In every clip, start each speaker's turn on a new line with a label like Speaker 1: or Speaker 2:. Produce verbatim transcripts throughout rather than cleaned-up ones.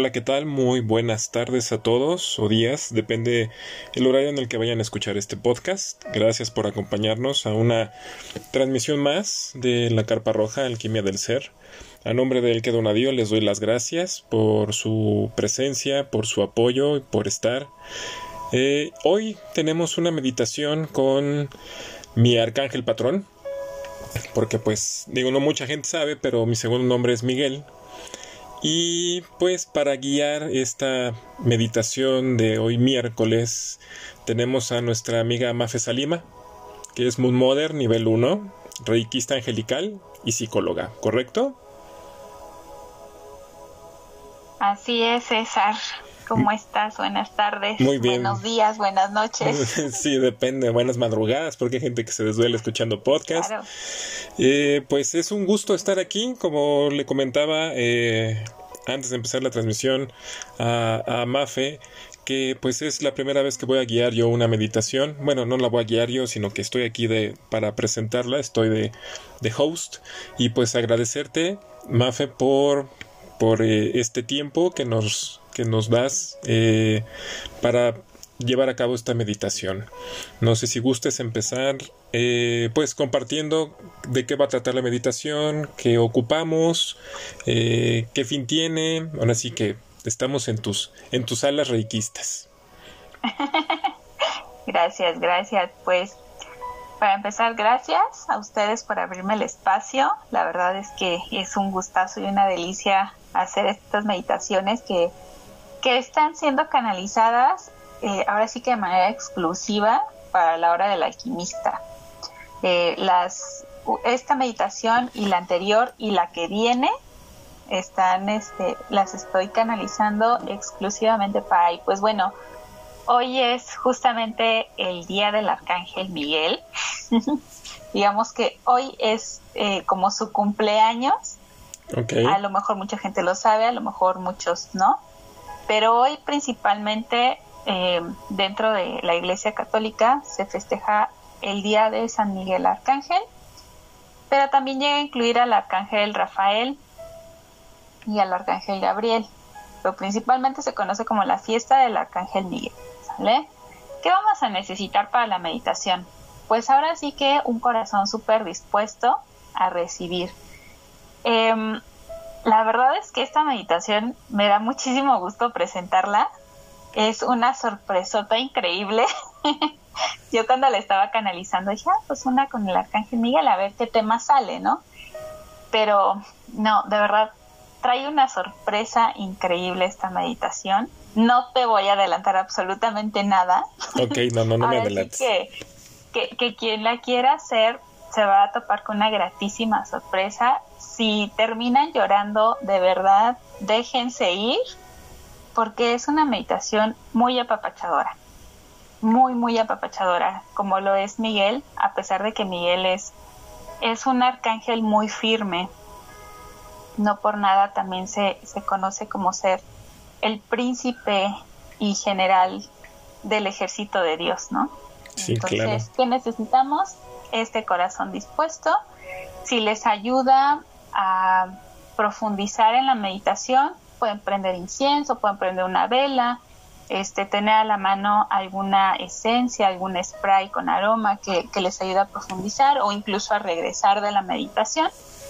Speaker 1: Hola, ¿qué tal? Muy buenas tardes a todos o días, depende el horario en el que vayan a escuchar este podcast. Gracias por acompañarnos a una transmisión más de la Carpa Roja, Alquimia del Ser. A nombre de El que Donadío les doy las gracias por su presencia, por su apoyo y por estar. Eh, hoy tenemos una meditación con mi arcángel patrón, porque pues digo, no mucha gente sabe, pero mi segundo nombre es Miguel. Y pues para guiar esta meditación de hoy miércoles tenemos a nuestra amiga Mafe Salima, que es Moon Mother nivel uno, reikista angelical y psicóloga, ¿correcto?
Speaker 2: Así es, César. ¿Cómo estás? Buenas tardes.
Speaker 1: Muy bien.
Speaker 2: Buenos días, buenas noches.
Speaker 1: Sí, depende. Buenas madrugadas, porque hay gente que se desvela escuchando podcast.
Speaker 2: Claro.
Speaker 1: Eh, pues es un gusto estar aquí, como le comentaba eh, antes de empezar la transmisión a, a Mafe, que pues es la primera vez que voy a guiar yo una meditación. Bueno, no la voy a guiar yo, sino que estoy aquí de para presentarla, estoy de, de host. Y pues agradecerte, Mafe, por, por eh, este tiempo que nos, que nos das eh, para llevar a cabo esta meditación. No sé si gustes empezar eh, pues compartiendo de qué va a tratar la meditación, qué ocupamos, eh, qué fin tiene. Ahora sí que estamos en tus en tus alas reikistas.
Speaker 2: Gracias, gracias. Pues para empezar, gracias a ustedes por abrirme el espacio. La verdad es que es un gustazo y una delicia hacer estas meditaciones que, que están siendo canalizadas Eh, ahora sí que de manera exclusiva para la hora del alquimista. Eh, las, esta meditación y la anterior y la que viene están, este, las estoy canalizando exclusivamente para ahí. Pues bueno, hoy es justamente el día del Arcángel Miguel. Digamos que hoy es eh, como su cumpleaños.
Speaker 1: Okay.
Speaker 2: A lo mejor mucha gente lo sabe, a lo mejor muchos no. Pero hoy principalmente Eh, dentro de la Iglesia Católica se festeja el día de San Miguel Arcángel, pero también llega a incluir al Arcángel Rafael y al Arcángel Gabriel, pero principalmente se conoce como la fiesta del Arcángel Miguel, ¿sale? ¿Qué vamos a necesitar para la meditación? Pues ahora sí que un corazón súper dispuesto a recibir. Eh, la verdad es que esta meditación me da muchísimo gusto presentarla. Es una sorpresota increíble. Yo cuando la estaba canalizando dije, ah, pues una con el Arcángel Miguel, a ver qué tema sale, ¿no? Pero no, de verdad, trae una sorpresa increíble esta meditación. No te voy a adelantar absolutamente nada.
Speaker 1: Ok, no, no, no me adelantes.
Speaker 2: Sí que, que, que quien la quiera hacer se va a topar con una gratísima sorpresa. Si terminan llorando, de verdad, déjense ir, porque es una meditación muy apapachadora, muy, muy apapachadora, como lo es Miguel, a pesar de que Miguel es, es un arcángel muy firme. No por nada también se, se conoce como ser el príncipe y general del ejército de Dios, ¿no?
Speaker 1: Sí,
Speaker 2: entonces,
Speaker 1: claro.
Speaker 2: ¿qué necesitamos? Este corazón dispuesto. Si les ayuda a profundizar en la meditación, pueden prender incienso, pueden prender una vela, este, tener a la mano alguna esencia, algún spray con aroma que, que les ayude a profundizar o incluso a regresar de la meditación.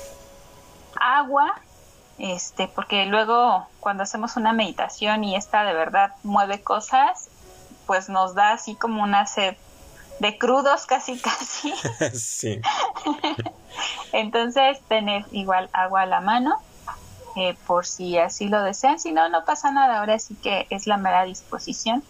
Speaker 2: Agua, este, porque luego cuando hacemos una meditación y esta de verdad mueve cosas, pues nos da así como una sed de crudos casi casi.
Speaker 1: Sí.
Speaker 2: Entonces tener igual agua a la mano. Eh, por si así lo desean, si no, no pasa nada, ahora sí que es la mera disposición.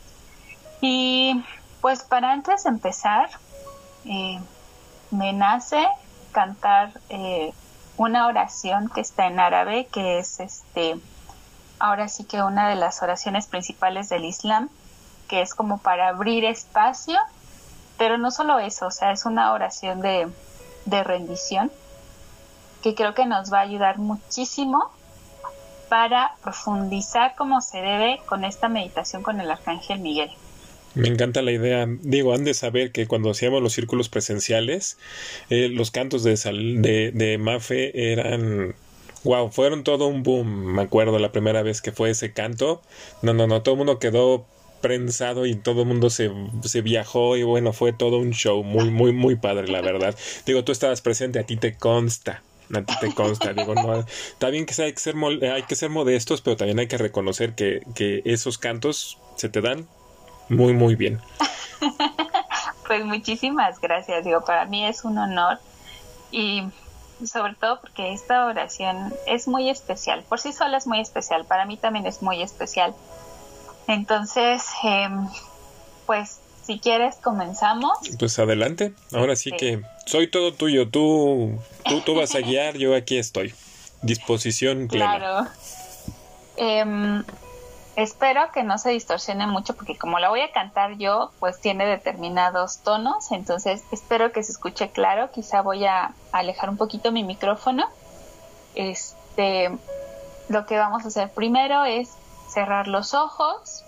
Speaker 2: Y pues para antes de empezar, eh, me nace cantar eh, una oración que está en árabe, que es este, ahora sí que una de las oraciones principales del Islam, que es como para abrir espacio, pero no solo eso, o sea, es una oración de, de rendición, que creo que nos va a ayudar muchísimo para profundizar como se debe con esta meditación con el Arcángel Miguel.
Speaker 1: Me encanta la idea. Digo, han de saber que cuando hacíamos los círculos presenciales, eh, los cantos de, sal, de, de Mafe eran Wow, fueron todo un boom, me acuerdo la primera vez que fue ese canto. No, no, no, todo el mundo quedó prensado y todo el mundo se, se viajó y bueno, fue todo un show muy, muy, muy padre, la verdad. Digo, tú estabas presente, a ti te consta. A ti te consta, digo, no, está bien que hay que ser, hay que ser modestos, pero también hay que reconocer que, que esos cantos se te dan muy, muy bien.
Speaker 2: Pues muchísimas gracias, digo, para mí es un honor y sobre todo porque esta oración es muy especial, por sí sola es muy especial, para mí también es muy especial. Entonces, eh, pues si quieres comenzamos.
Speaker 1: Pues adelante, ahora sí, sí. que soy todo tuyo, tú, tú, tú vas a guiar, yo aquí estoy, disposición plena.
Speaker 2: Claro. Eh, espero que no se distorsione mucho porque como la voy a cantar yo, pues tiene determinados tonos, entonces espero que se escuche claro. Quizá voy a alejar un poquito mi micrófono. Este, lo que vamos a hacer primero es cerrar los ojos.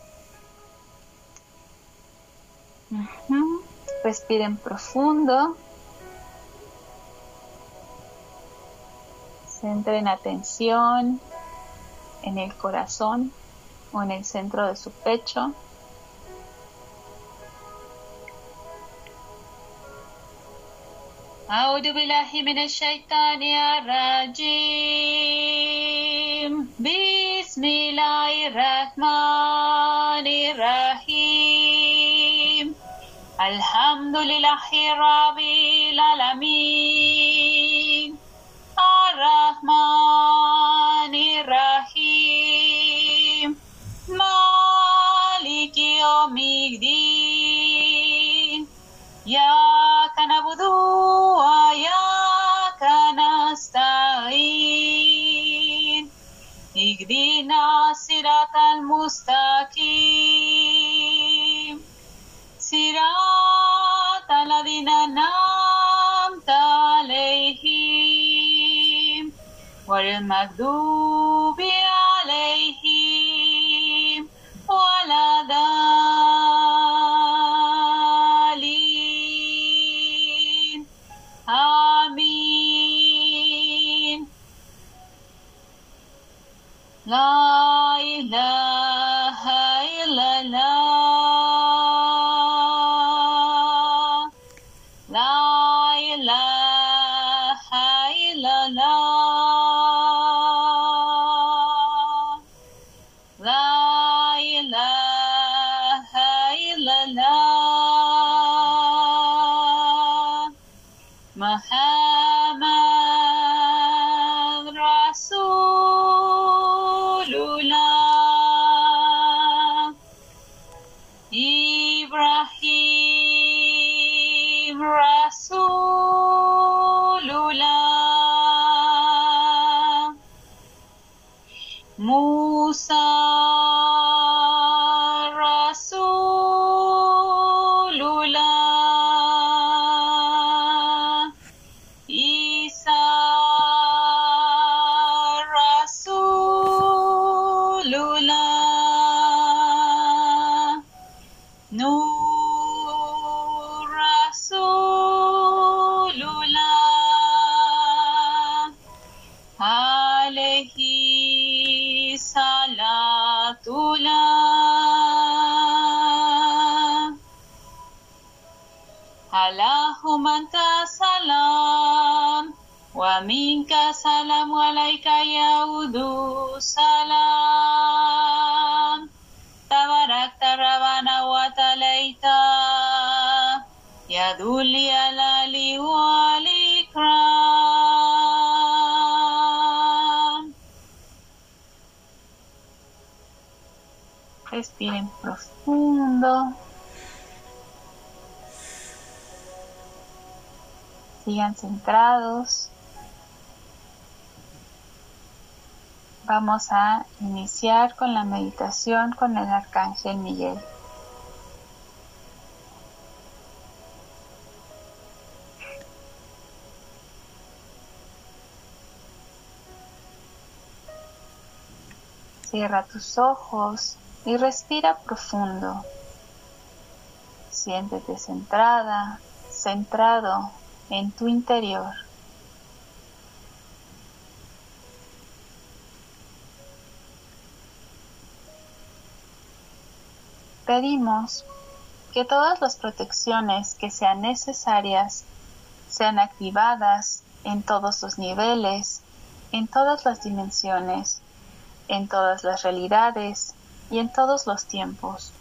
Speaker 2: Uh-huh. Respiren profundo. Centren atención en el corazón o en el centro de su pecho. A'udhu billahi minash shaitanir rajim. Bismillahirrahmanirrahim. Alhamdulillahi rabbil alamin. Ar-Rahmanir-Rahim. Maliki Yawmiddin. Iyyaka na'budu wa iyyaka nasta'in. Ihdinas siratal mustaqim. Siratal ladzina an'amta 'alaihim ghairil maghdubi 'alaihim waladdallin. Amin. La ilaha illallah. La ilaha illallah. La ilaha illallah. Muhammad Rasulullah. Ibrahim Rasulullah. Musa Rasulullah. Isa Rasulullah. Nur Rasulullah. Alaihi salatullah. Allahumma anta salam wa minka salam wa alaika yaudu salam. Tabarakta rabbana wa talaita ya dhul jalali wal ikram. Respiren profundo. Sigan centrados. Vamos a iniciar con la meditación con el Arcángel Miguel. Cierra tus ojos y respira profundo. Siéntete centrada, centrado en tu interior. Pedimos que todas las protecciones que sean necesarias sean activadas en todos los niveles, en todas las dimensiones, en todas las realidades y en todos los tiempos.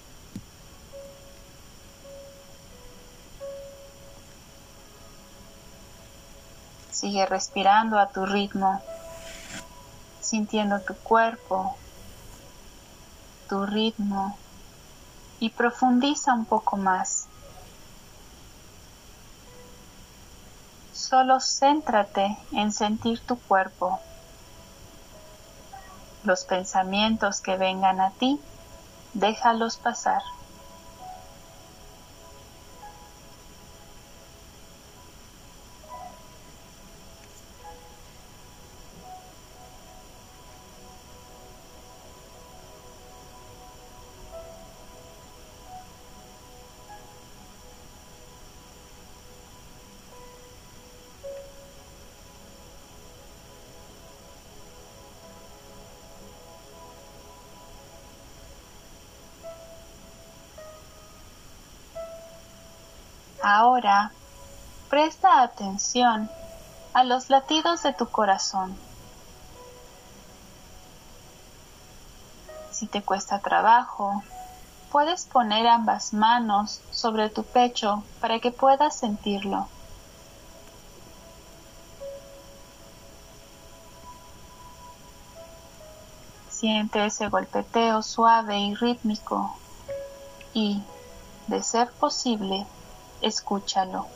Speaker 2: Sigue respirando a tu ritmo, sintiendo tu cuerpo, tu ritmo, y profundiza un poco más. Solo céntrate en sentir tu cuerpo. Los pensamientos que vengan a ti, déjalos pasar. Ahora, presta atención a los latidos de tu corazón. Si te cuesta trabajo, puedes poner ambas manos sobre tu pecho para que puedas sentirlo. Siente ese golpeteo suave y rítmico y, de ser posible, escúchalo.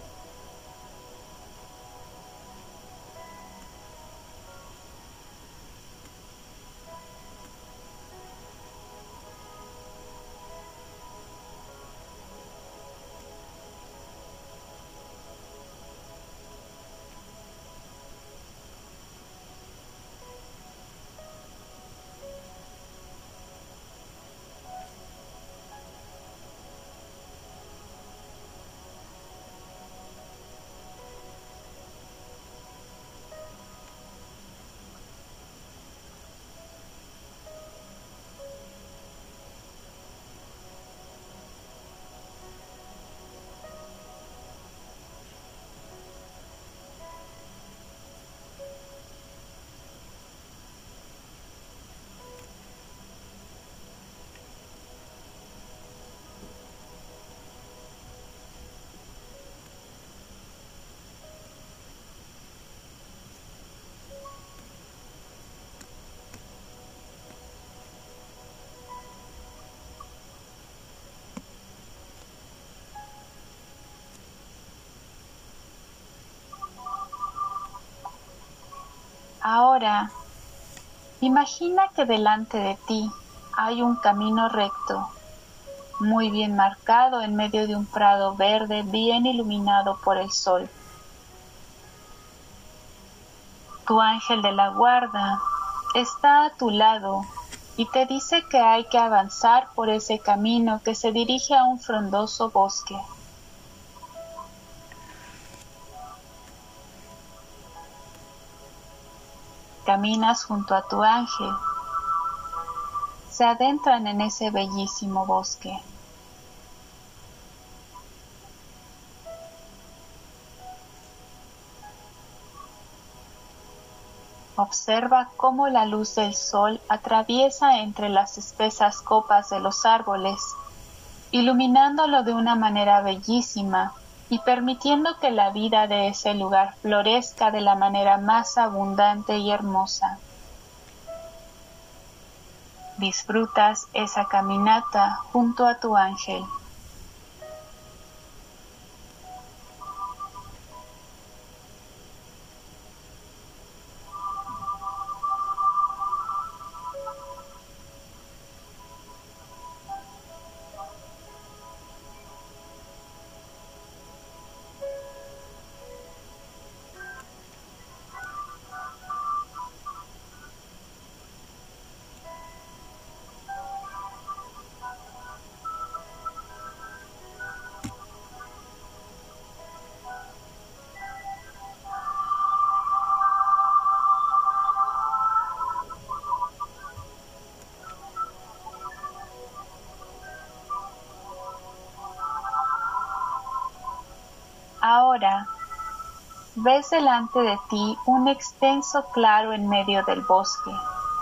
Speaker 2: Ahora, imagina que delante de ti hay un camino recto, muy bien marcado en medio de un prado verde bien iluminado por el sol. Tu ángel de la guarda está a tu lado y te dice que hay que avanzar por ese camino que se dirige a un frondoso bosque. Caminas junto a tu ángel. Se adentran en ese bellísimo bosque. Observa cómo la luz del sol atraviesa entre las espesas copas de los árboles, iluminándolo de una manera bellísima y permitiendo que la vida de ese lugar florezca de la manera más abundante y hermosa. Disfrutas esa caminata junto a tu ángel. Ahora ves delante de ti un extenso claro en medio del bosque.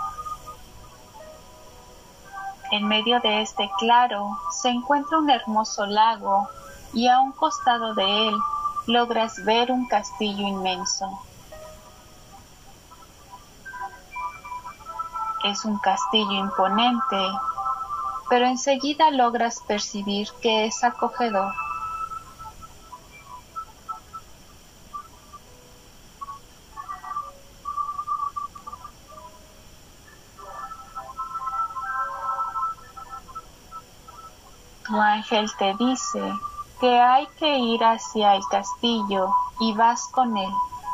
Speaker 2: En medio de este claro se encuentra un hermoso lago y a un costado de él logras ver un castillo inmenso. Es un castillo imponente, pero enseguida logras percibir que es acogedor. Tu ángel te dice que hay que ir hacia el castillo y vas con él.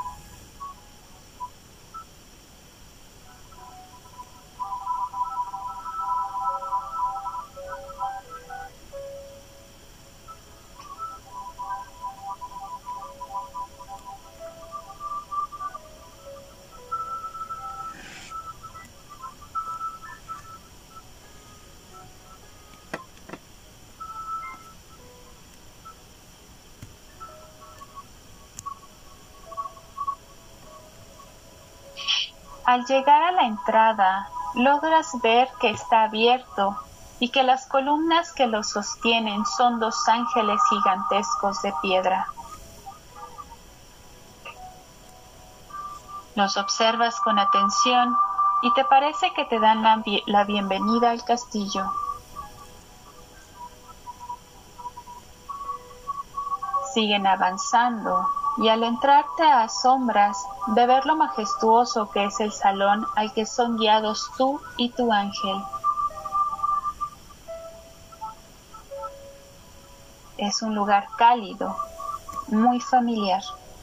Speaker 2: Al llegar a la entrada, logras ver que está abierto y que las columnas que lo sostienen son dos ángeles gigantescos de piedra. Los observas con atención y te parece que te dan la, la bienvenida al castillo. Siguen avanzando y al entrar te asombras de ver lo majestuoso que es el salón al que son guiados tú y tu ángel. Es un lugar cálido, muy familiar.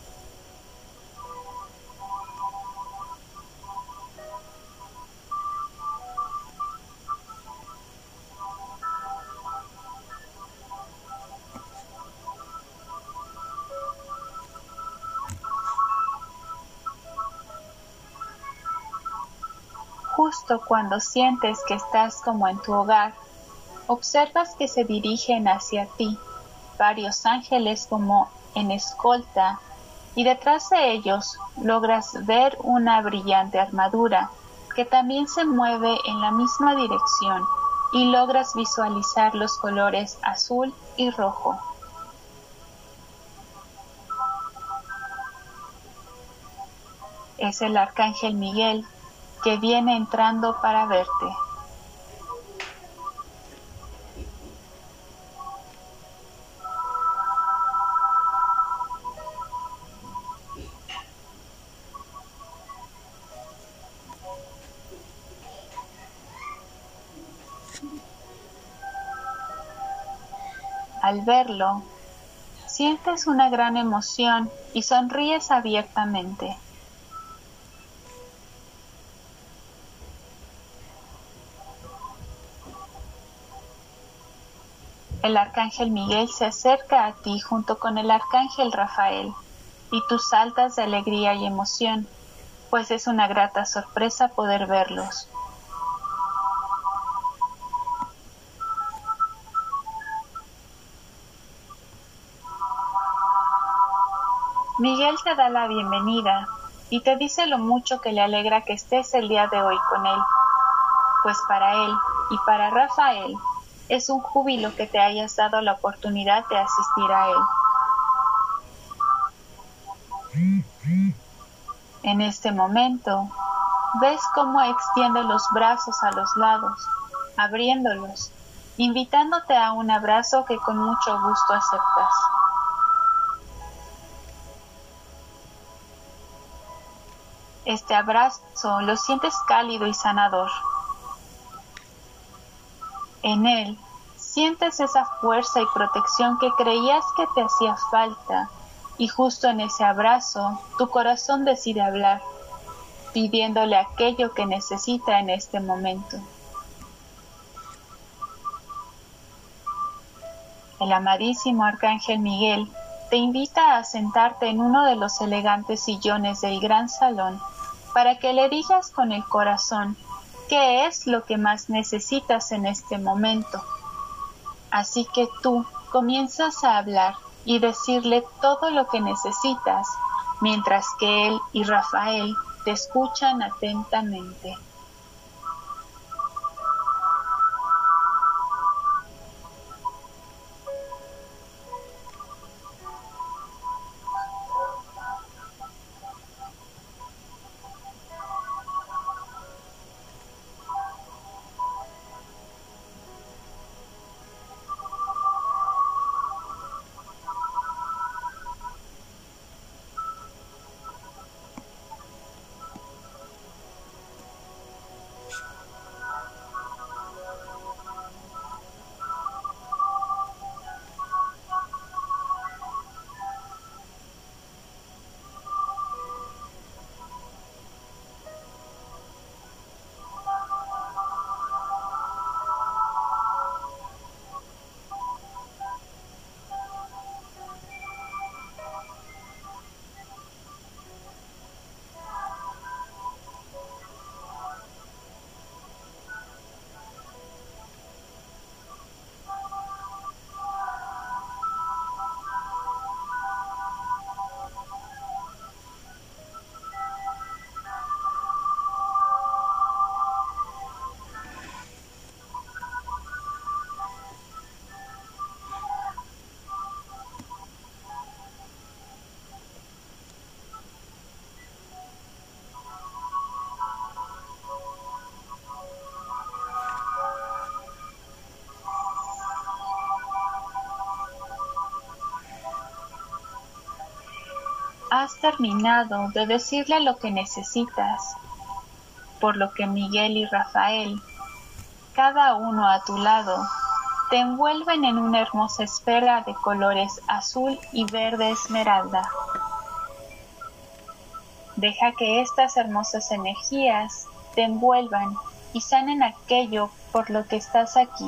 Speaker 2: Justo cuando sientes que estás como en tu hogar, observas que se dirigen hacia ti varios ángeles como en escolta y detrás de ellos logras ver una brillante armadura que también se mueve en la misma dirección y logras visualizar los colores azul y rojo. Es el Arcángel Miguel que viene entrando para verte. Al verlo, sientes una gran emoción y sonríes abiertamente. El Arcángel Miguel se acerca a ti junto con el Arcángel Rafael, y tú saltas de alegría y emoción, pues es una grata sorpresa poder verlos. Miguel te da la bienvenida y te dice lo mucho que le alegra que estés el día de hoy con él, pues para él y para Rafael es un júbilo que te hayas dado la oportunidad de asistir a él. En este momento, ves cómo extiende los brazos a los lados, abriéndolos, invitándote a un abrazo que con mucho gusto aceptas. Este abrazo lo sientes cálido y sanador. En él sientes esa fuerza y protección que creías que te hacía falta, y justo en ese abrazo tu corazón decide hablar, pidiéndole aquello que necesita en este momento. El amadísimo Arcángel Miguel te invita a sentarte en uno de los elegantes sillones del gran salón para que le digas con el corazón qué es lo que más necesitas en este momento. Así que tú comienzas a hablar y decirle todo lo que necesitas, mientras que él y Rafael te escuchan atentamente. Has terminado de decirle lo que necesitas, por lo que Miguel y Rafael, cada uno a tu lado, te envuelven en una hermosa esfera de colores azul y verde esmeralda. Deja que estas hermosas energías te envuelvan y sanen aquello por lo que estás aquí.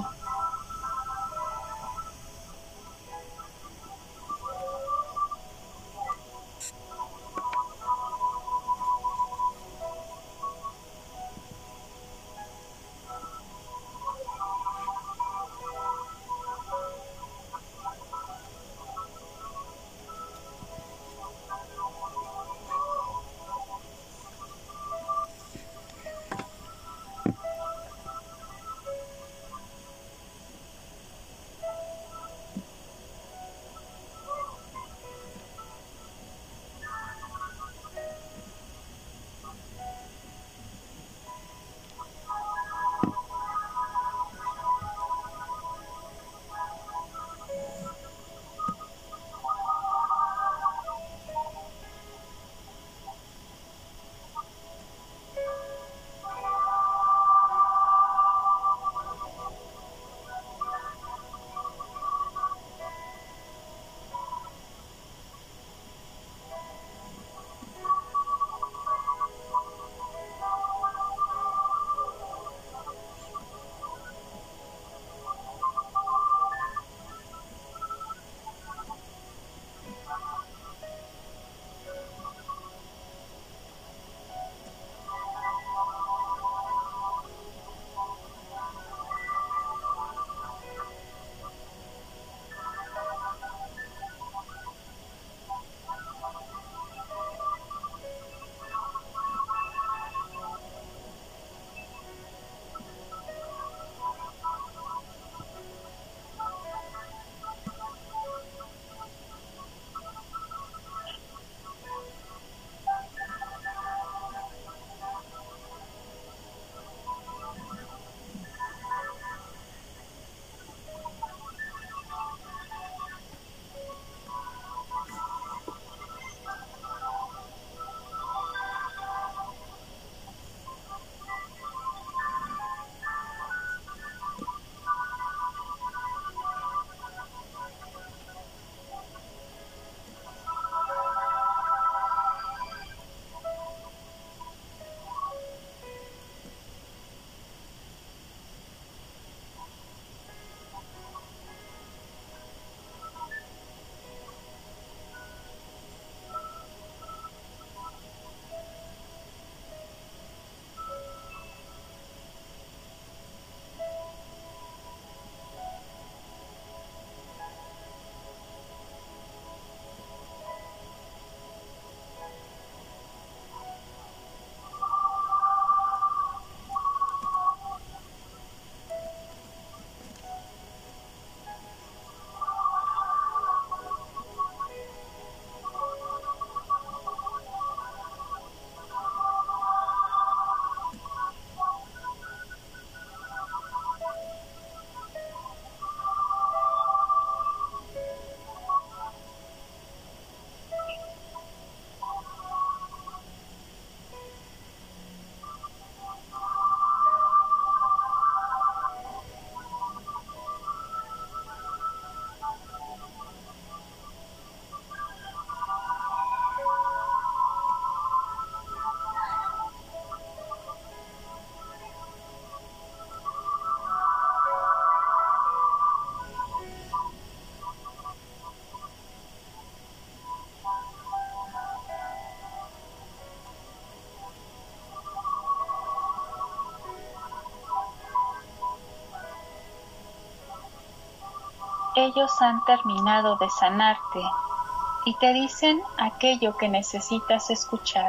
Speaker 2: ellos han terminado de sanarte y te dicen aquello que necesitas escuchar.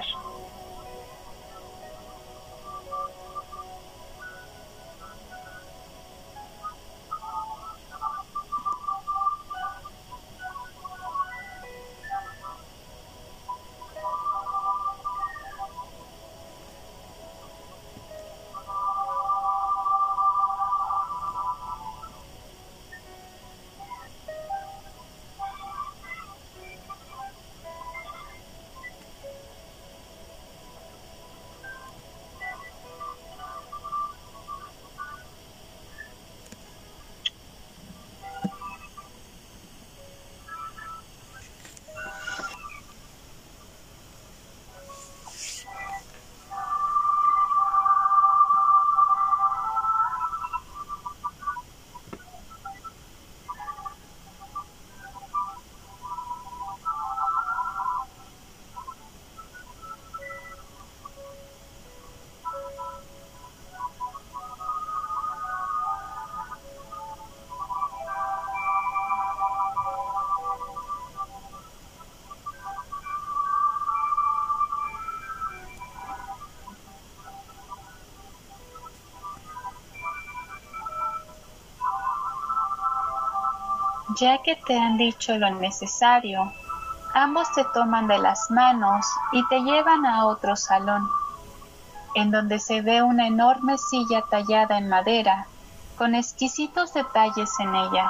Speaker 2: Ya que te han dicho lo necesario, ambos te toman de las manos y te llevan a otro salón, en donde se ve una enorme silla tallada en madera, con exquisitos detalles en ella.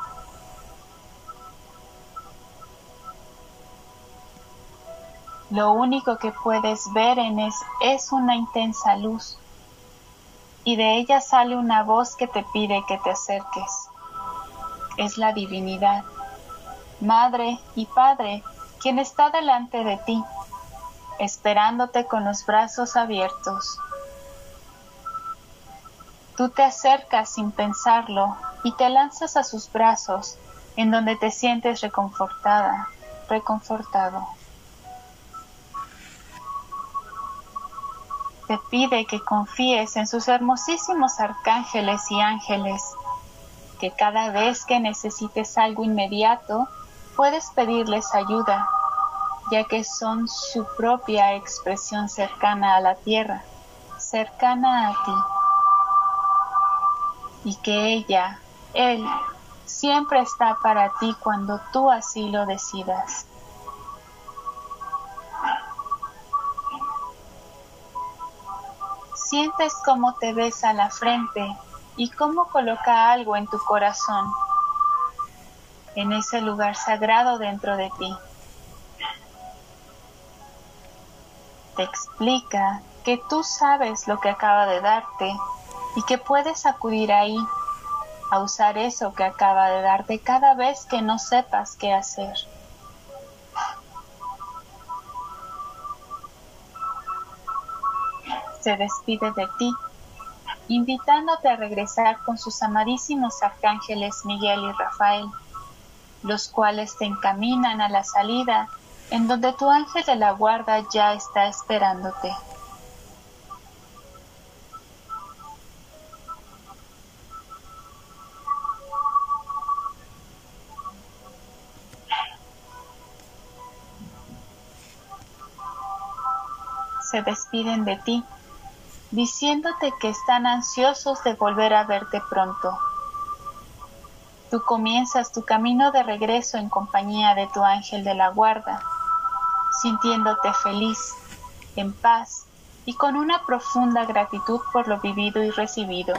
Speaker 2: Lo único que puedes ver en es, es una intensa luz, y de ella sale una voz que te pide que te acerques. Es la divinidad, Madre y Padre, quien está delante de ti, esperándote con los brazos abiertos. Tú te acercas sin pensarlo y te lanzas a sus brazos, en donde te sientes reconfortada, reconfortado. Te pide que confíes en sus hermosísimos arcángeles y ángeles, que cada vez que necesites algo inmediato, puedes pedirles ayuda, ya que son su propia expresión cercana a la tierra, cercana a ti. Y que ella, él, siempre está para ti cuando tú así lo decidas. Sientes cómo te besa la frente y cómo coloca algo en tu corazón, en ese lugar sagrado dentro de ti. Te explica que tú sabes lo que acaba de darte y que puedes acudir ahí a usar eso que acaba de darte cada vez que no sepas qué hacer. Se despide de ti, invitándote a regresar con sus amadísimos arcángeles Miguel y Rafael, los cuales te encaminan a la salida, en donde tu ángel de la guarda ya está esperándote. Se despiden de ti, diciéndote que están ansiosos de volver a verte pronto. Tú comienzas tu camino de regreso en compañía de tu ángel de la guarda, sintiéndote feliz, en paz y con una profunda gratitud por lo vivido y recibido.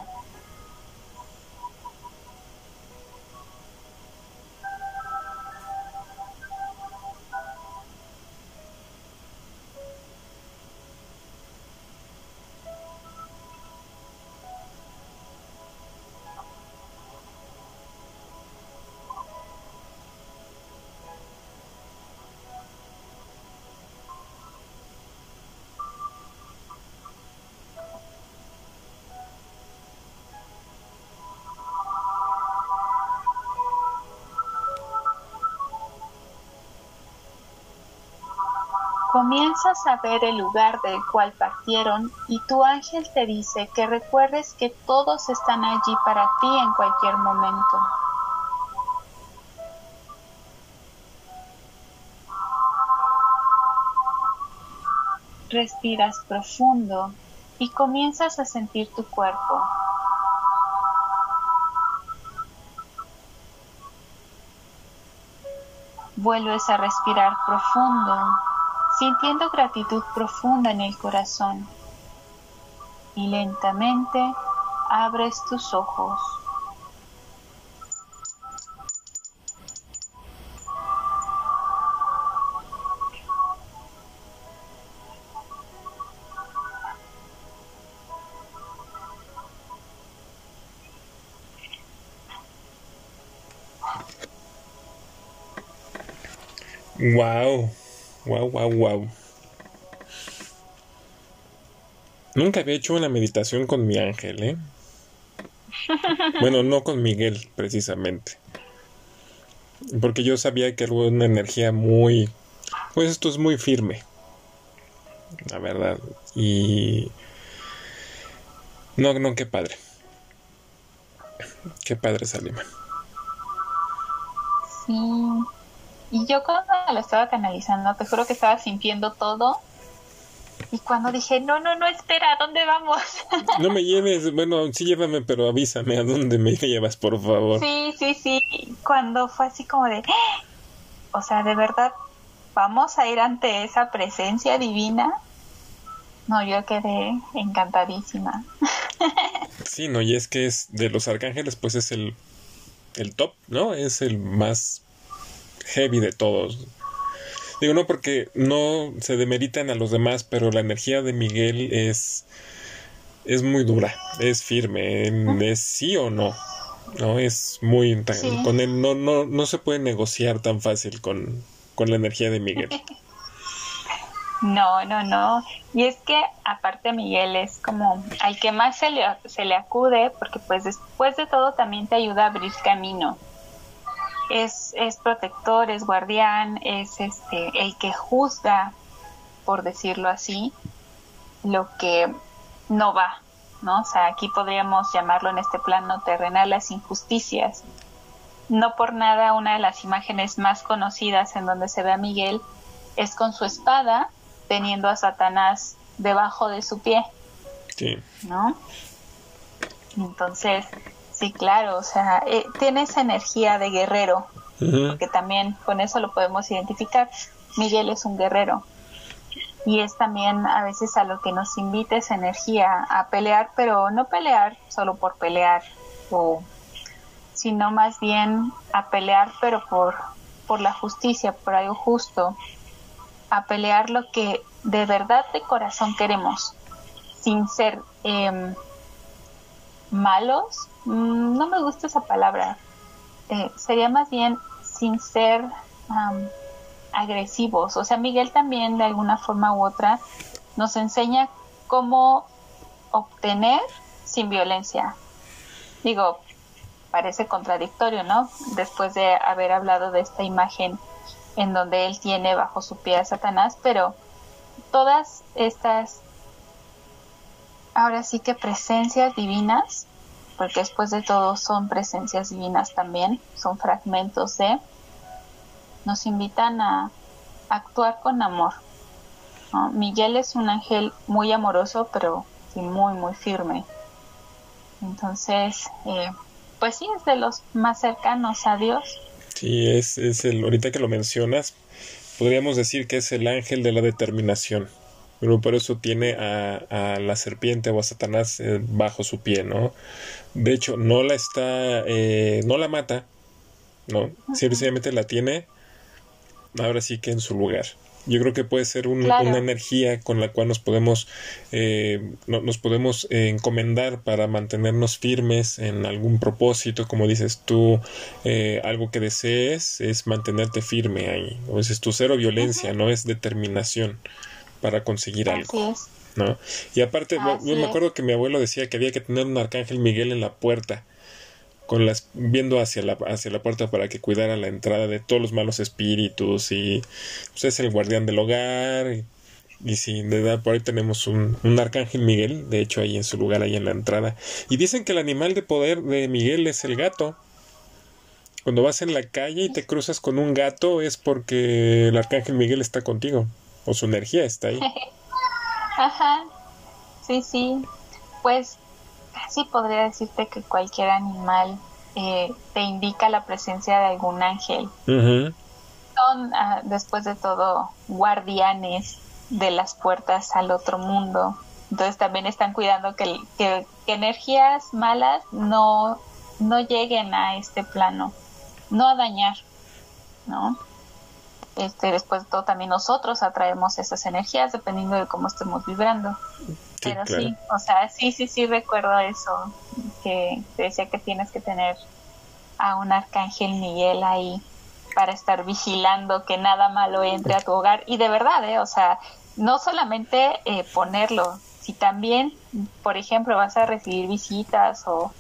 Speaker 2: Comienzas a ver el lugar del cual partieron y tu ángel te dice que recuerdes que todos están allí para ti en cualquier momento. respiras profundo y comienzas a sentir tu cuerpo. Vuelves a respirar profundo, sintiendo gratitud profunda en el corazón. Y lentamente abres tus ojos.
Speaker 1: Wow, wow, wow, wow. Nunca había hecho una meditación con mi ángel, ¿eh? Bueno, no con Miguel, precisamente. Porque yo sabía que era una energía muy... Pues esto es muy firme. La verdad. Y... No, no, qué padre. Qué padre, Salima.
Speaker 2: Sí. Y yo cuando lo estaba canalizando, te juro que estaba sintiendo todo. Y cuando dije, no, no, no, espera, ¿a dónde vamos?
Speaker 1: No me lleves, bueno, sí llévame, pero avísame a dónde me llevas, por favor.
Speaker 2: Sí, sí, sí. Cuando fue así como de, o sea, de verdad, ¿vamos a ir ante esa presencia divina? No, yo quedé encantadísima.
Speaker 1: Sí, no, y es que es de los arcángeles, pues es el, el top, ¿no? Es el más heavy de todos. Digo, no porque no se demeritan a los demás, pero la energía de Miguel es es muy dura, es firme, es sí o no, no es muy
Speaker 2: Sí.
Speaker 1: con él no no no se puede negociar tan fácil con con la energía de Miguel.
Speaker 2: No, no, no. Y es que aparte Miguel es como al que más se le se le acude, porque pues después de todo también te ayuda a abrir camino. Es, es protector, es guardián, es este el que juzga, por decirlo así, lo que no va, ¿no? O sea, aquí podríamos llamarlo en este plano terrenal las injusticias. No por nada una de las imágenes más conocidas en donde se ve a Miguel es con su espada teniendo a Satanás debajo de su pie.
Speaker 1: Sí.
Speaker 2: ¿No? Entonces... Sí, claro, o sea, eh, tiene esa energía de guerrero, uh-huh. Porque también con eso lo podemos identificar. Miguel es un guerrero y es también a veces a lo que nos invita esa energía a pelear, pero no pelear solo por pelear, o, sino más bien a pelear, pero por, por la justicia, por algo justo, a pelear lo que de verdad de corazón queremos, sin ser eh, malos. No me gusta esa palabra, eh, sería más bien sin ser um, agresivos. O sea, Miguel también de alguna forma u otra nos enseña cómo obtener sin violencia. Digo, parece contradictorio, ¿no? Después de haber hablado de esta imagen en donde él tiene bajo su pie a Satanás, pero todas estas, ahora sí que presencias divinas, porque después de todo son presencias divinas también, son fragmentos de, nos invitan a actuar con amor, ¿no? Miguel es un ángel muy amoroso, pero sí muy, muy firme. Entonces, eh, pues sí, es de los más cercanos a Dios.
Speaker 1: Sí, es, es el, ahorita que lo mencionas, podríamos decir que es el ángel de la determinación. Pero por eso tiene a, a la serpiente o a Satanás eh, bajo su pie, ¿no? De hecho, no la está, eh, no la mata, ¿no? Uh-huh. Simplemente la tiene, ahora sí que en su lugar. Yo creo que puede ser un, claro. una energía con la cual nos podemos, eh, no, nos podemos eh, encomendar para mantenernos firmes en algún propósito, como dices tú, eh, algo que desees es mantenerte firme ahí. O dices tú, cero violencia, uh-huh. no es determinación para conseguir
Speaker 2: Así
Speaker 1: algo,
Speaker 2: es.
Speaker 1: ¿no? Y aparte,
Speaker 2: Así
Speaker 1: yo me acuerdo
Speaker 2: es.
Speaker 1: que mi abuelo decía que había que tener un arcángel Miguel en la puerta, con las viendo hacia la hacia la puerta para que cuidara la entrada de todos los malos espíritus y pues es el guardián del hogar y, y sí, de verdad, por ahí tenemos un, un arcángel Miguel, de hecho ahí en su lugar, ahí en la entrada. Y dicen que el animal de poder de Miguel es el gato. Cuando vas en la calle y te cruzas con un gato es porque el arcángel Miguel está contigo, o su energía está ahí.
Speaker 2: Ajá, sí, sí. Pues casi podría decirte que cualquier animal eh, te indica la presencia de algún ángel.
Speaker 1: Uh-huh.
Speaker 2: Son, uh, después de todo, guardianes de las puertas al otro mundo. Entonces también están cuidando que, que, que energías malas no, no lleguen a este plano, no a dañar, ¿no? Este, después de todo, también nosotros atraemos esas energías dependiendo de cómo estemos vibrando. Sí, pero claro. Sí, o sea, sí, sí, sí recuerdo eso, que te decía que tienes que tener a un arcángel Miguel ahí para estar vigilando que nada malo entre a tu hogar. Y de verdad, ¿eh? O sea, no solamente eh, ponerlo, si también, por ejemplo, vas a recibir visitas o,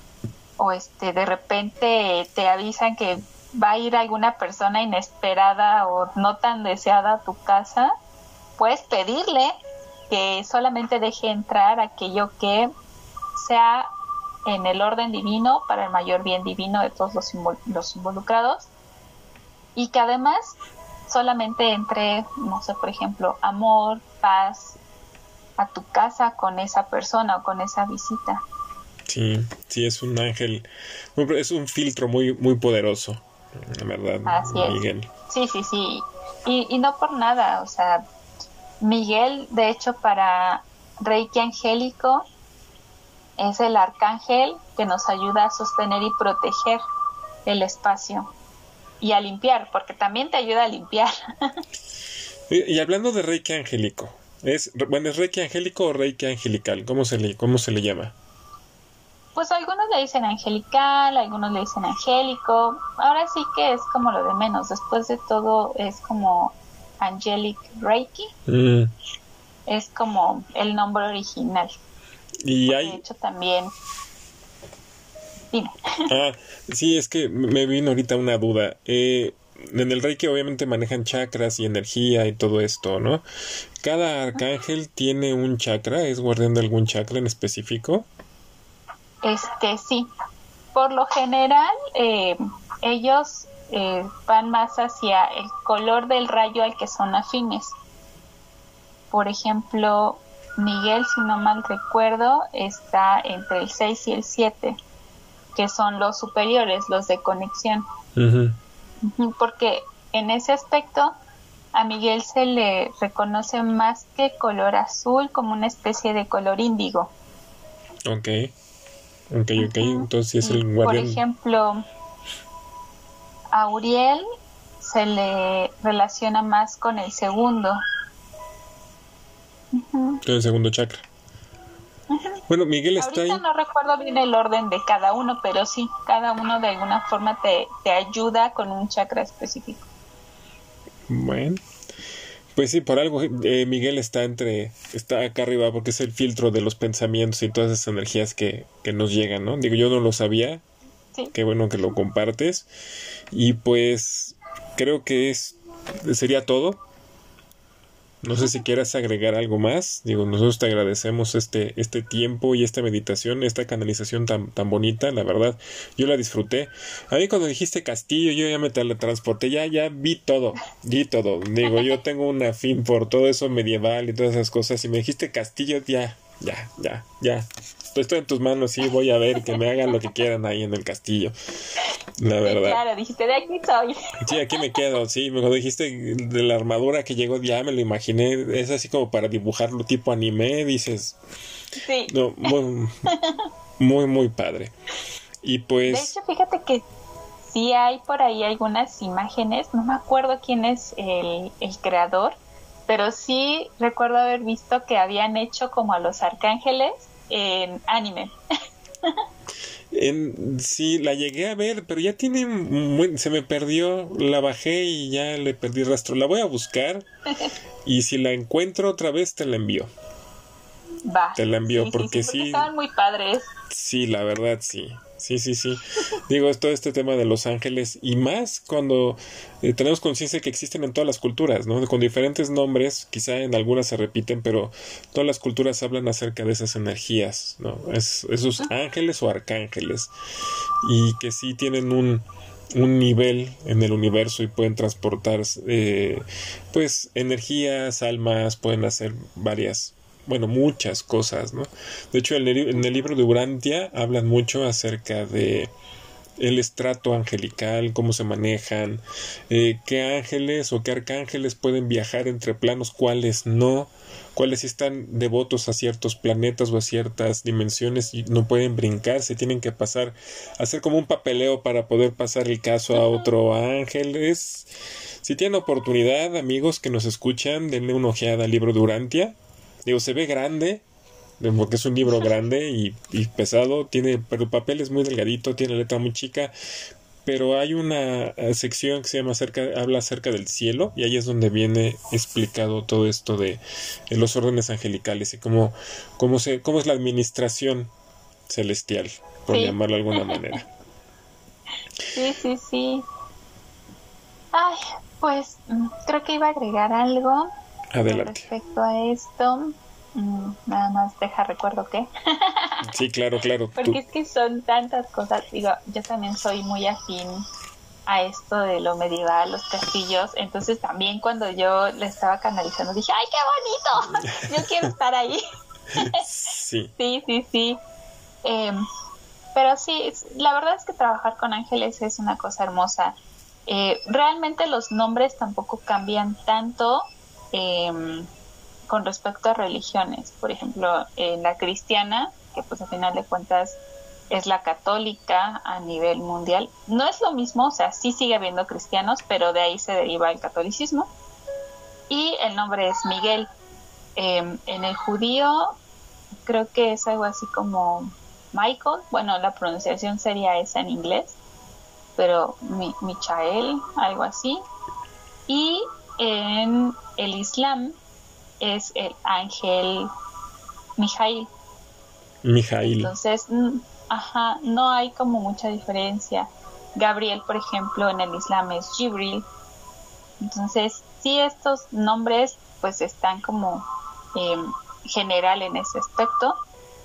Speaker 2: o este de repente te avisan que va a ir alguna persona inesperada o no tan deseada a tu casa, puedes pedirle que solamente deje entrar aquello que sea en el orden divino para el mayor bien divino de todos los, invol- los involucrados, y que además solamente entre, no sé, por ejemplo, amor, paz a tu casa con esa persona o con esa visita.
Speaker 1: Sí, sí, es un ángel, es un filtro muy, muy poderoso, la verdad.
Speaker 2: Así
Speaker 1: Miguel.
Speaker 2: Es. Sí, sí, sí. Y, y no por nada, o sea, Miguel, de hecho, para Reiki angélico, es el arcángel que nos ayuda a sostener y proteger el espacio y a limpiar, porque también te ayuda a limpiar.
Speaker 1: Y, y hablando de Reiki angélico, es bueno, ¿es Reiki angélico o Reiki angelical? ¿Cómo se le, cómo se le llama?
Speaker 2: Pues algunos le dicen angelical, algunos le dicen angélico. Ahora sí que es como lo de menos. Después de todo es como Angelic Reiki.
Speaker 1: Mm.
Speaker 2: Es como el nombre original.
Speaker 1: Y
Speaker 2: Porque
Speaker 1: hay...
Speaker 2: de hecho también... Dime.
Speaker 1: Ah, sí, es que me vino ahorita una duda. Eh, en el Reiki obviamente manejan chakras y energía y todo esto, ¿no? ¿Cada arcángel tiene un chakra? ¿Es guardián de algún chakra en específico?
Speaker 2: Este, sí. Por lo general, eh, ellos eh, van más hacia el color del rayo al que son afines. Por ejemplo, Miguel, si no mal recuerdo, está entre el seis y el siete, que son los superiores, los de conexión.
Speaker 1: Uh-huh.
Speaker 2: Porque en ese aspecto a Miguel se le reconoce más que color azul, como una especie de color índigo.
Speaker 1: Ok, ok, ok, uh-huh. Entonces es
Speaker 2: y,
Speaker 1: el guardián.
Speaker 2: Por ejemplo, a Uriel se le relaciona más con el segundo.
Speaker 1: Uh-huh. Con el segundo chakra. Uh-huh. Bueno, Miguel está
Speaker 2: ahorita
Speaker 1: ahí.
Speaker 2: No recuerdo bien el orden de cada uno, pero sí, cada uno de alguna forma te, te ayuda con un chakra específico.
Speaker 1: Bueno, pues sí, por algo eh, Miguel está entre, está acá arriba porque es el filtro de los pensamientos y todas esas energías que, que nos llegan, ¿no? Digo, yo no lo sabía. Sí. Qué bueno que lo compartes. Y pues creo que es sería todo. No sé si quieras agregar algo más. Digo, nosotros te agradecemos este, este tiempo y esta meditación, esta canalización tan, tan bonita, la verdad. Yo la disfruté. A mí cuando dijiste castillo, yo ya me teletransporté, ya, ya vi todo, vi todo. Digo, yo tengo un afín por todo eso medieval y todas esas cosas. Y me dijiste castillo, ya, ya, ya, ya. Estoy en tus manos, sí, voy a ver que me hagan lo que quieran ahí en el castillo. La verdad.
Speaker 2: Sí, claro, dijiste, de aquí soy.
Speaker 1: Sí, aquí me quedo, sí, me dijiste de la armadura que llegó, ya me lo imaginé, es así como para dibujarlo tipo anime, dices.
Speaker 2: Sí.
Speaker 1: No, muy, muy, muy padre. Y pues...
Speaker 2: De hecho, fíjate que sí hay por ahí algunas imágenes, no me acuerdo quién es el, el creador, pero sí recuerdo haber visto que habían hecho como a los arcángeles en anime.
Speaker 1: En, sí, la llegué a ver, pero ya tiene muy, se me perdió, la bajé y ya le perdí rastro. La voy a buscar y si la encuentro otra vez te la envío.
Speaker 2: Va.
Speaker 1: Te la envío
Speaker 2: sí,
Speaker 1: porque
Speaker 2: sí, sí, porque
Speaker 1: sí.
Speaker 2: Estaban muy padres.
Speaker 1: Sí, la verdad sí. Sí, sí, sí. Digo, es todo este tema de los ángeles y más cuando eh, tenemos conciencia que existen en todas las culturas, ¿no? Con diferentes nombres, quizá en algunas se repiten, pero todas las culturas hablan acerca de esas energías, ¿no? Es, esos ángeles o arcángeles y que sí tienen un, un nivel en el universo y pueden transportar, eh, pues, energías, almas, pueden hacer varias bueno, muchas cosas, ¿no? De hecho, en el, en el libro de Urantia hablan mucho acerca de el estrato angelical, cómo se manejan, eh, qué ángeles o qué arcángeles pueden viajar entre planos, cuáles no, cuáles sí están devotos a ciertos planetas o a ciertas dimensiones y no pueden brincar, se tienen que pasar, hacer como un papeleo para poder pasar el caso a otro ángel. Es, si tienen oportunidad, amigos que nos escuchan, denle una ojeada al libro de Urantia. Digo, se ve grande, porque es un libro grande y, y pesado, tiene, pero el papel es muy delgadito, tiene letra muy chica, pero hay una sección que se llama acerca, habla acerca del cielo, y ahí es donde viene explicado todo esto de, de los órdenes angelicales y cómo, cómo, se, cómo es la administración celestial, por sí. llamarlo de alguna manera.
Speaker 2: Sí, sí, sí. Ay, pues creo que iba a agregar algo.
Speaker 1: Adelante.
Speaker 2: Respecto a esto. Mm, nada más deja recuerdo que
Speaker 1: sí, claro, claro.
Speaker 2: Porque
Speaker 1: tú...
Speaker 2: es que son tantas cosas. Digo, yo también soy muy afín a esto de lo medieval, los castillos. Entonces también cuando yo le estaba canalizando dije, ¡ay, qué bonito! Yo quiero estar ahí.
Speaker 1: sí.
Speaker 2: Sí, sí, sí. Eh, pero sí, la verdad es que trabajar con ángeles es una cosa hermosa. Eh, realmente los nombres tampoco cambian tanto. Eh, con respecto a religiones, por ejemplo, en la cristiana, que pues al final de cuentas es la católica a nivel mundial, no es lo mismo, o sea, sí sigue habiendo cristianos, pero de ahí se deriva el catolicismo, y el nombre es Miguel. Eh, en el judío creo que es algo así como Michael, bueno, la pronunciación sería esa en inglés, pero Mi- Michael, algo así, y en el Islam es el ángel Mijail.
Speaker 1: Mijail.
Speaker 2: Entonces, ajá, no hay como mucha diferencia. Gabriel, por ejemplo, en el Islam es Jibril. Entonces, sí, estos nombres pues están como eh, general en ese aspecto.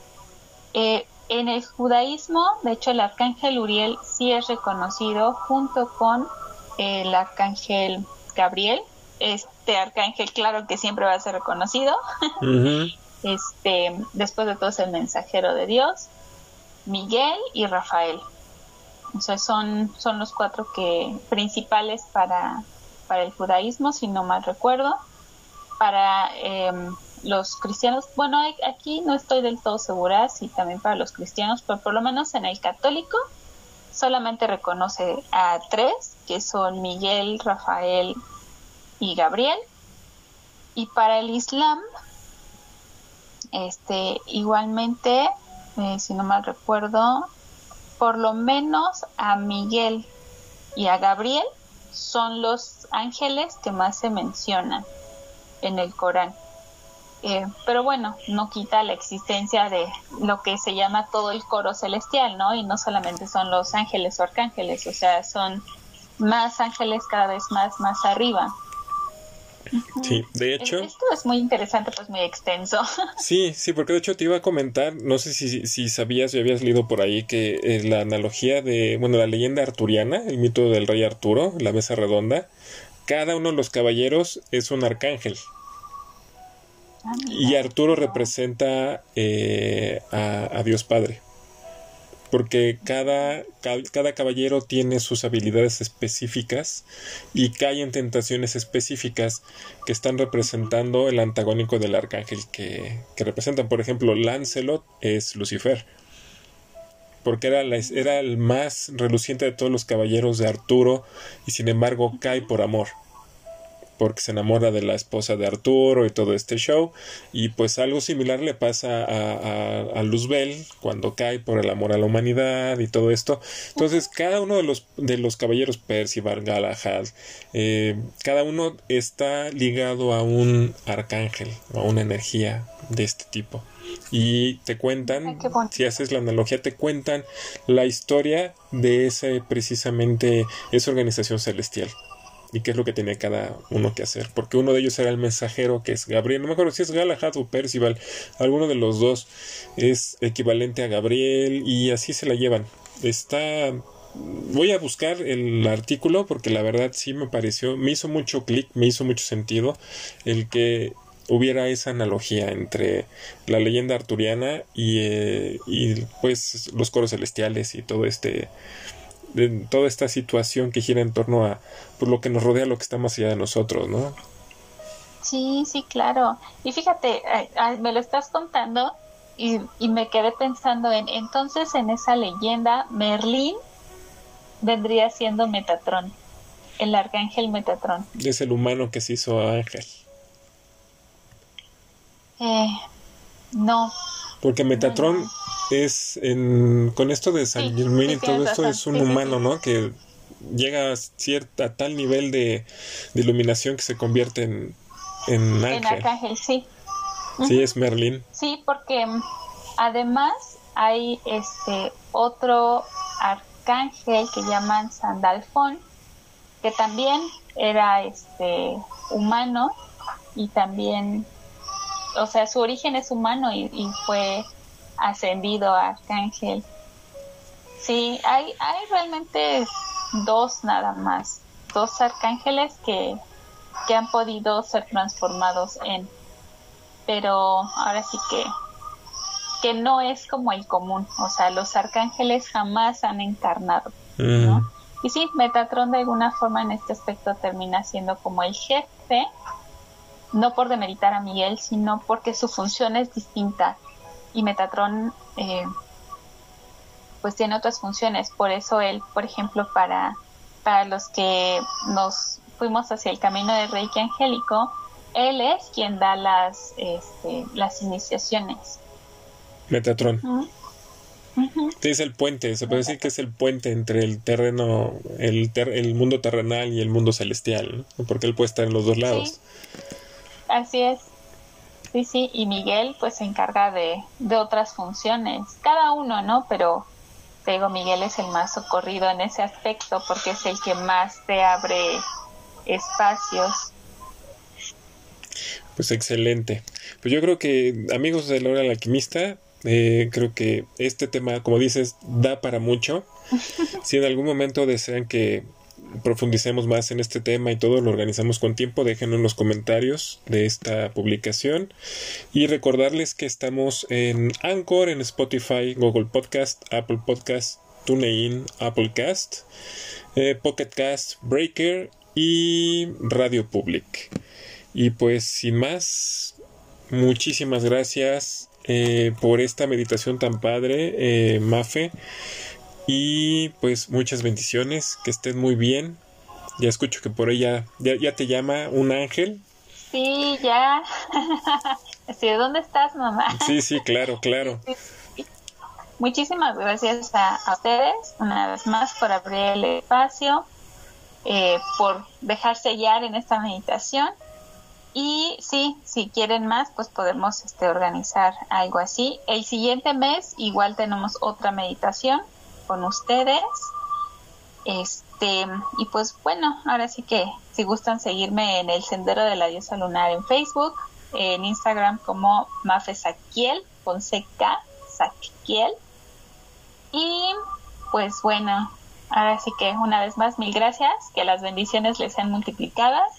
Speaker 2: Eh, en el judaísmo, de hecho, el arcángel Uriel sí es reconocido junto con el arcángel Gabriel. Este arcángel, claro que siempre va a ser reconocido.
Speaker 1: Uh-huh.
Speaker 2: Este, después de todo es el mensajero de Dios, Miguel y Rafael. O sea, son, son los cuatro que principales para, para el judaísmo, si no mal recuerdo. Para eh, los cristianos, bueno, aquí no estoy del todo segura si también para los cristianos, pero por lo menos en el católico solamente reconoce a tres, que son Miguel, Rafael y Gabriel. Y para el Islam, este, igualmente, eh, si no mal recuerdo, por lo menos a Miguel y a Gabriel son los ángeles que más se mencionan en el Corán. Eh, pero bueno, no quita la existencia de lo que se llama todo el coro celestial, ¿no? Y no solamente son los ángeles o arcángeles, o sea, son más ángeles cada vez más, más arriba.
Speaker 1: Sí, de hecho...
Speaker 2: Esto es muy interesante, pues muy extenso.
Speaker 1: Sí, sí, porque de hecho te iba a comentar, no sé si, si sabías o habías leído por ahí que eh, la analogía de, bueno, la leyenda arturiana, el mito del rey Arturo, la mesa redonda, cada uno de los caballeros es un arcángel. Ah, y Arturo representa eh, a, a Dios Padre. Porque cada, cada caballero tiene sus habilidades específicas y cae en tentaciones específicas que están representando el antagónico del arcángel que, que representan. Por ejemplo, Lancelot es Lucifer, porque era, la, era el más reluciente de todos los caballeros de Arturo y sin embargo cae por amor, porque se enamora de la esposa de Arturo y todo este show, y pues algo similar le pasa a, a, a Luzbel cuando cae por el amor a la humanidad y todo esto. Entonces cada uno de los, de los caballeros, Percival, Galahad, eh, cada uno está ligado a un arcángel, a una energía de este tipo, y te cuentan, si haces la analogía, te cuentan la historia de ese, precisamente esa organización celestial y qué es lo que tiene cada uno que hacer, porque uno de ellos era el mensajero, que es Gabriel, no me acuerdo si es Galahad o Percival, alguno de los dos es equivalente a Gabriel y así se la llevan. Está, voy a buscar el artículo porque la verdad sí me pareció, me hizo mucho clic, me hizo mucho sentido el que hubiera esa analogía entre la leyenda arturiana y, eh, y pues los coros celestiales y todo este de toda esta situación que gira en torno a pues, lo que nos rodea, lo que está más allá de nosotros, ¿no?
Speaker 2: Sí, sí, claro. Y fíjate, eh, eh, me lo estás contando y, y me quedé pensando en, entonces en esa leyenda, Merlín vendría siendo Metatrón, el arcángel Metatrón.
Speaker 1: Es el humano que se hizo ángel.
Speaker 2: Eh, no.
Speaker 1: Porque Metatrón
Speaker 2: no, no.
Speaker 1: es, en, con esto de San
Speaker 2: Sí,
Speaker 1: Germain
Speaker 2: sí,
Speaker 1: y todo esto,
Speaker 2: razón.
Speaker 1: es un
Speaker 2: sí,
Speaker 1: humano,
Speaker 2: sí, sí.
Speaker 1: ¿no? Que llega a, cierta, a tal nivel de, de iluminación que se convierte en, en ángel.
Speaker 2: En arcángel, sí.
Speaker 1: Sí,
Speaker 2: uh-huh.
Speaker 1: es Merlín.
Speaker 2: Sí, porque además hay este otro arcángel que llaman Sandalfón, que también era este humano y también, o sea, su origen es humano y, y fue ascendido a arcángel. Sí, hay hay realmente dos nada más, dos arcángeles que que han podido ser transformados en, pero ahora sí que que no es como el común, o sea, los arcángeles jamás han encarnado, ¿no? Mm. Y sí, Metatrón de alguna forma en este aspecto termina siendo como el jefe, no por demeritar a Miguel, sino porque su función es distinta y Metatrón eh, pues tiene otras funciones, por eso él, por ejemplo, para, para los que nos fuimos hacia el camino del Reiki angélico, él es quien da las, este, las iniciaciones.
Speaker 1: Metatron. Uh-huh. Uh-huh. Sí, es el puente, se puede decir que es el puente entre el terreno, el, ter- el mundo terrenal y el mundo celestial, ¿no? Porque él puede estar en los dos lados.
Speaker 2: Sí, así es. Sí, sí, y Miguel pues se encarga de, de otras funciones, cada uno, ¿no? Pero te digo, Miguel es el más socorrido en ese aspecto porque es el que más te abre espacios.
Speaker 1: Pues excelente. Pues yo creo que, amigos de la hora del alquimista, eh, creo que este tema, como dices, da para mucho. Si en algún momento desean que profundicemos más en este tema y todo, lo organizamos con tiempo, déjenlo en los comentarios de esta publicación. Y recordarles que estamos en Anchor, en Spotify, Google Podcast, Apple Podcast, TuneIn, Applecast, eh, Pocket Cast, Breaker y Radio Public. Y pues sin más, muchísimas gracias eh, por esta meditación tan padre, eh, Mafe. Y pues muchas bendiciones, que estén muy bien. Ya escucho que por ella ya, ya te llama un ángel.
Speaker 2: Sí, ya. ¿De dónde estás, mamá?
Speaker 1: Sí, sí, claro, claro.
Speaker 2: Sí, sí. Muchísimas gracias a, a ustedes una vez más por abrir el espacio, eh, por dejar sellar en esta meditación. Y sí, si quieren más, pues podemos este, organizar algo así. El siguiente mes igual tenemos otra meditación con ustedes. Este, y pues bueno, ahora sí que si gustan seguirme en el Sendero de la Diosa Lunar en Facebook, en Instagram como Mafe Saquiel, con C K, Saquiel. Y pues bueno, ahora sí que una vez más, mil gracias, que las bendiciones les sean multiplicadas.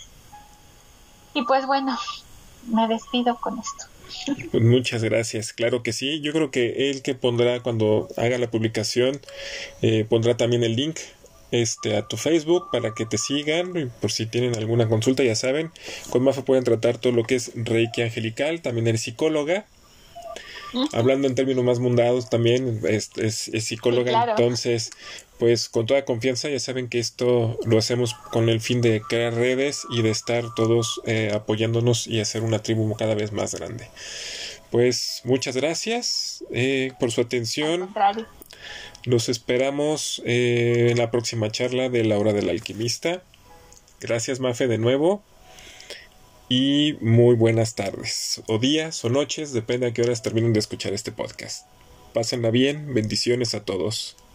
Speaker 2: Y pues bueno, me despido con esto.
Speaker 1: Pues muchas gracias, claro que sí. Yo creo que él que pondrá cuando haga la publicación, eh, pondrá también el link este a tu Facebook para que te sigan. Y por si tienen alguna consulta, ya saben, con Mafe pueden tratar todo lo que es Reiki angelical. También eres psicóloga. Uh-huh. Hablando en términos más mundanos también es, es, es psicóloga, sí, claro. Entonces pues con toda confianza ya saben que esto lo hacemos con el fin de crear redes y de estar todos eh, apoyándonos y hacer una tribu cada vez más grande. Pues muchas gracias eh, por su atención. Los esperamos eh, en la próxima charla de la hora del alquimista. Gracias, Mafe, de nuevo. Y muy buenas tardes, o días, o noches, depende a qué horas terminen de escuchar este podcast. Pásenla bien, bendiciones a todos.